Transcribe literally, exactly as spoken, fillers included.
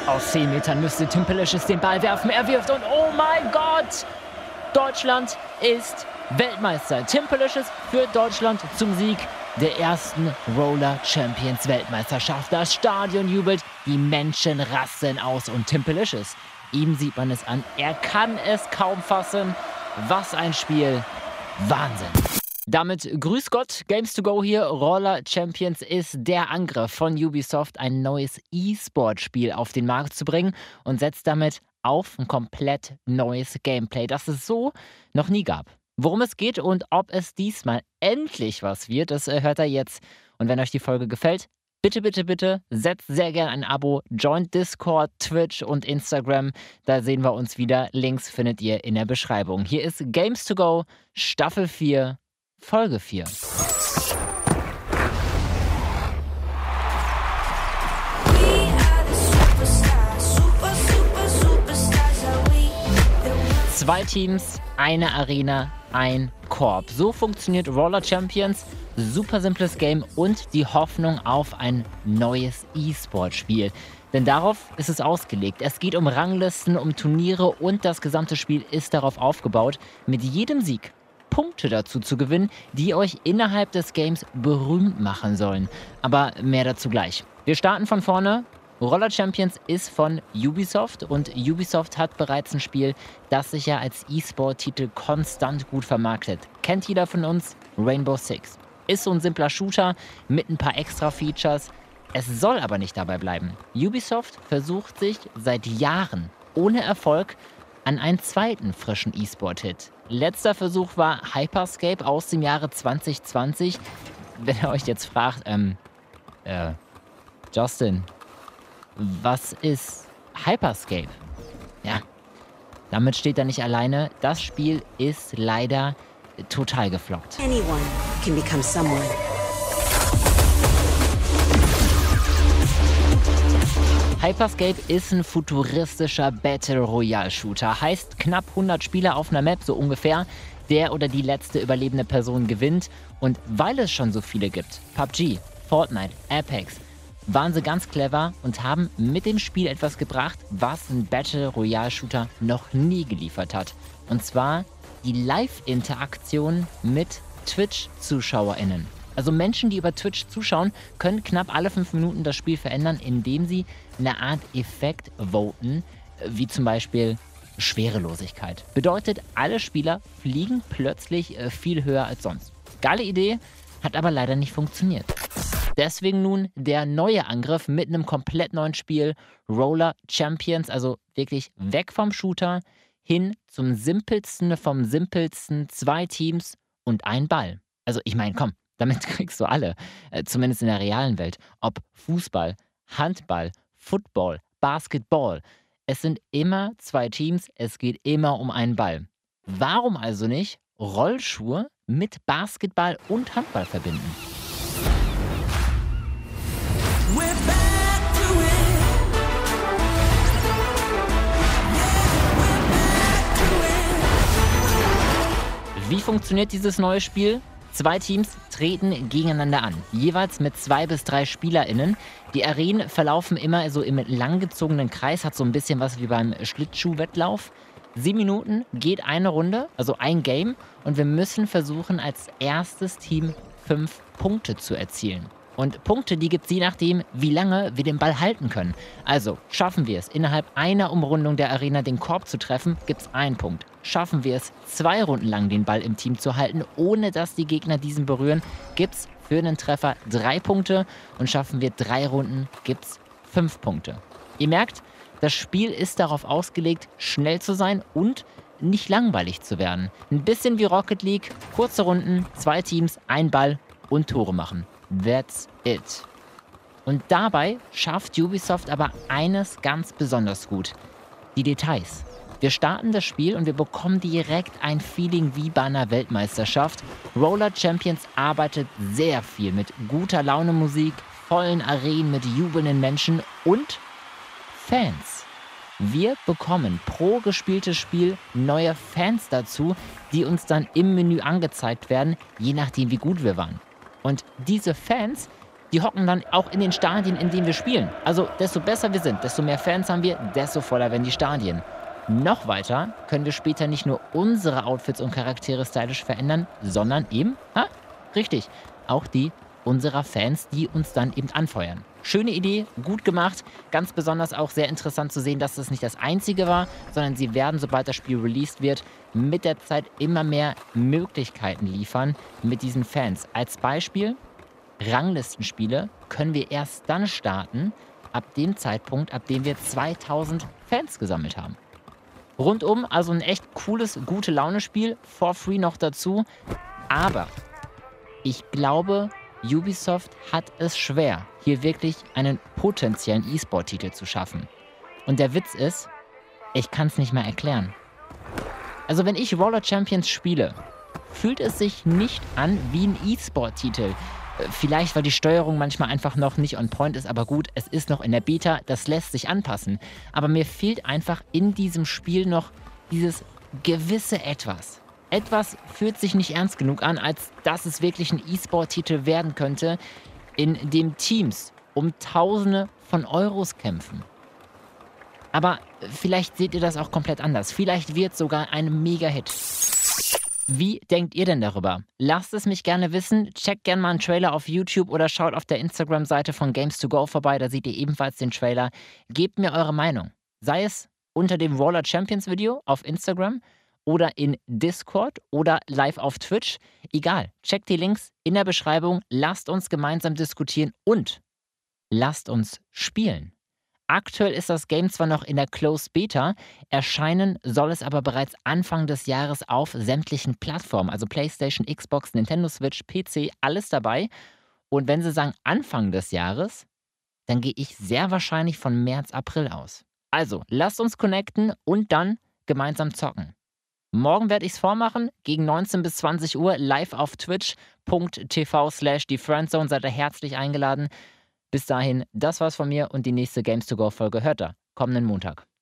Aus zehn Metern müsste Timpelicious den Ball werfen. Er wirft und oh mein Gott! Deutschland ist Weltmeister. Timpelicious führt Deutschland zum Sieg der ersten Roller Champions Weltmeisterschaft. Das Stadion jubelt, die Menschen rasten aus und Timpelicious, ihm sieht man es an, er kann es kaum fassen. Was ein Spiel, Wahnsinn. Damit grüß Gott, Games to Go hier. Roller Champions ist der Angriff von Ubisoft, ein neues E-Sport-Spiel auf den Markt zu bringen und setzt damit auf ein komplett neues Gameplay, das es so noch nie gab. Worum es geht und ob es diesmal endlich was wird, das hört ihr jetzt. Und wenn euch die Folge gefällt, bitte, bitte, bitte setzt sehr gerne ein Abo, joint Discord, Twitch und Instagram. Da sehen wir uns wieder. Links findet ihr in der Beschreibung. Hier ist Games to Go, Staffel vier, Folge vier. Zwei Teams, eine Arena, ein Korb. So funktioniert Roller Champions. Super simples Game und die Hoffnung auf ein neues E-Sport-Spiel. Denn darauf ist es ausgelegt. Es geht um Ranglisten, um Turniere und das gesamte Spiel ist darauf aufgebaut, mit jedem Sieg Punkte dazu zu gewinnen, die euch innerhalb des Games berühmt machen sollen. Aber mehr dazu gleich. Wir starten von vorne. Roller Champions ist von Ubisoft und Ubisoft hat bereits ein Spiel, das sich ja als E-Sport-Titel konstant gut vermarktet. Kennt jeder von uns? Rainbow Six. Ist so ein simpler Shooter mit ein paar extra Features. Es soll aber nicht dabei bleiben. Ubisoft versucht sich seit Jahren ohne Erfolg an einen zweiten frischen E-Sport-Hit. Letzter Versuch war Hyperscape aus dem Jahre zwanzig zwanzig. Wenn ihr euch jetzt fragt, ähm, äh, Justin, was ist Hyperscape? Ja, damit steht er nicht alleine. Das Spiel ist leider total gefloppt. Anyone can become someone. Hyperscape ist ein futuristischer Battle Royale Shooter. Heißt knapp hundert Spieler auf einer Map, so ungefähr. Der oder die letzte überlebende Person gewinnt. Und weil es schon so viele gibt, P U B G, Fortnite, Apex, waren sie ganz clever und haben mit dem Spiel etwas gebracht, was ein Battle Royale Shooter noch nie geliefert hat. Und zwar die Live-Interaktion mit Twitch-ZuschauerInnen. Also Menschen, die über Twitch zuschauen, können knapp alle fünf Minuten das Spiel verändern, indem sie eine Art Effekt voten, wie zum Beispiel Schwerelosigkeit. Bedeutet, alle Spieler fliegen plötzlich viel höher als sonst. Geile Idee, hat aber leider nicht funktioniert. Deswegen nun der neue Angriff mit einem komplett neuen Spiel, Roller Champions, also wirklich weg vom Shooter, hin zum simpelsten vom simpelsten, zwei Teams und ein Ball. Also ich meine, komm, damit kriegst du alle, äh, zumindest in der realen Welt, ob Fußball, Handball, Football, Basketball. Es sind immer zwei Teams, es geht immer um einen Ball. Warum also nicht Rollschuhe mit Basketball und Handball verbinden? Wie funktioniert dieses neue Spiel? Zwei Teams treten gegeneinander an, jeweils mit zwei bis drei SpielerInnen. Die Arenen verlaufen immer so im langgezogenen Kreis, hat so ein bisschen was wie beim Schlittschuhwettlauf. Sieben Minuten geht eine Runde, also ein Game, und wir müssen versuchen, als erstes Team fünf Punkte zu erzielen. Und Punkte, die gibt es je nachdem, wie lange wir den Ball halten können. Also schaffen wir es, innerhalb einer Umrundung der Arena den Korb zu treffen, gibt es einen Punkt. Schaffen wir es, zwei Runden lang den Ball im Team zu halten, ohne dass die Gegner diesen berühren, gibt es für einen Treffer drei Punkte. Und schaffen wir drei Runden, gibt es fünf Punkte. Ihr merkt, das Spiel ist darauf ausgelegt, schnell zu sein und nicht langweilig zu werden. Ein bisschen wie Rocket League, kurze Runden, zwei Teams, ein Ball und Tore machen. That's it. Und dabei schafft Ubisoft aber eines ganz besonders gut. Die Details. Wir starten das Spiel und wir bekommen direkt ein Feeling wie bei einer Weltmeisterschaft. Roller Champions arbeitet sehr viel mit guter Laune Musik, vollen Arenen mit jubelnden Menschen und Fans. Wir bekommen pro gespieltes Spiel neue Fans dazu, die uns dann im Menü angezeigt werden, je nachdem wie gut wir waren. Und diese Fans, Die hocken dann auch in den Stadien, in denen wir spielen. Also desto besser wir sind, desto mehr Fans haben wir, desto voller werden die Stadien. Noch weiter können wir später nicht nur unsere Outfits und Charaktere stylisch verändern, sondern eben, ha, richtig, auch die unserer Fans, die uns dann eben anfeuern. Schöne Idee, gut gemacht. Ganz besonders auch sehr interessant zu sehen, dass das nicht das Einzige war, sondern sie werden, sobald das Spiel released wird, mit der Zeit immer mehr Möglichkeiten liefern mit diesen Fans. Als Beispiel, Ranglistenspiele können wir erst dann starten, ab dem Zeitpunkt, ab dem wir zweitausend Fans gesammelt haben. Rundum also ein echt cooles, gute Laune-Spiel, for free noch dazu. Aber ich glaube, Ubisoft hat es schwer, hier wirklich einen potenziellen E-Sport-Titel zu schaffen. Und der Witz ist, ich kann es nicht mehr erklären. Also wenn ich Roller Champions spiele, fühlt es sich nicht an wie ein E-Sport-Titel. Vielleicht, weil die Steuerung manchmal einfach noch nicht on point ist, aber gut, es ist noch in der Beta, das lässt sich anpassen. Aber mir fehlt einfach in diesem Spiel noch dieses gewisse Etwas. Etwas fühlt sich nicht ernst genug an, als dass es wirklich ein E-Sport-Titel werden könnte, in dem Teams um Tausende von Euros kämpfen. Aber vielleicht seht ihr das auch komplett anders. Vielleicht wird es sogar ein Mega-Hit. Wie denkt ihr denn darüber? Lasst es mich gerne wissen. Checkt gerne mal einen Trailer auf YouTube oder schaut auf der Instagram-Seite von Games to Go vorbei. Da seht ihr ebenfalls den Trailer. Gebt mir eure Meinung. Sei es unter dem Roller Champions Video auf Instagram oder in Discord oder live auf Twitch. Egal. Checkt die Links in der Beschreibung. Lasst uns gemeinsam diskutieren und lasst uns spielen. Aktuell ist das Game zwar noch in der Closed Beta, erscheinen soll es aber bereits Anfang des Jahres auf sämtlichen Plattformen, also PlayStation, Xbox, Nintendo Switch, P C, alles dabei. Und wenn sie sagen Anfang des Jahres, dann gehe ich sehr wahrscheinlich von März, April aus. Also, lasst uns connecten und dann gemeinsam zocken. Morgen werde ich es vormachen, gegen neunzehn bis zwanzig Uhr, live auf twitch.tv slash die Friendzone, seid ihr herzlich eingeladen. Bis dahin, das war's von mir und die nächste Games to Go Folge hört ihr kommenden Montag.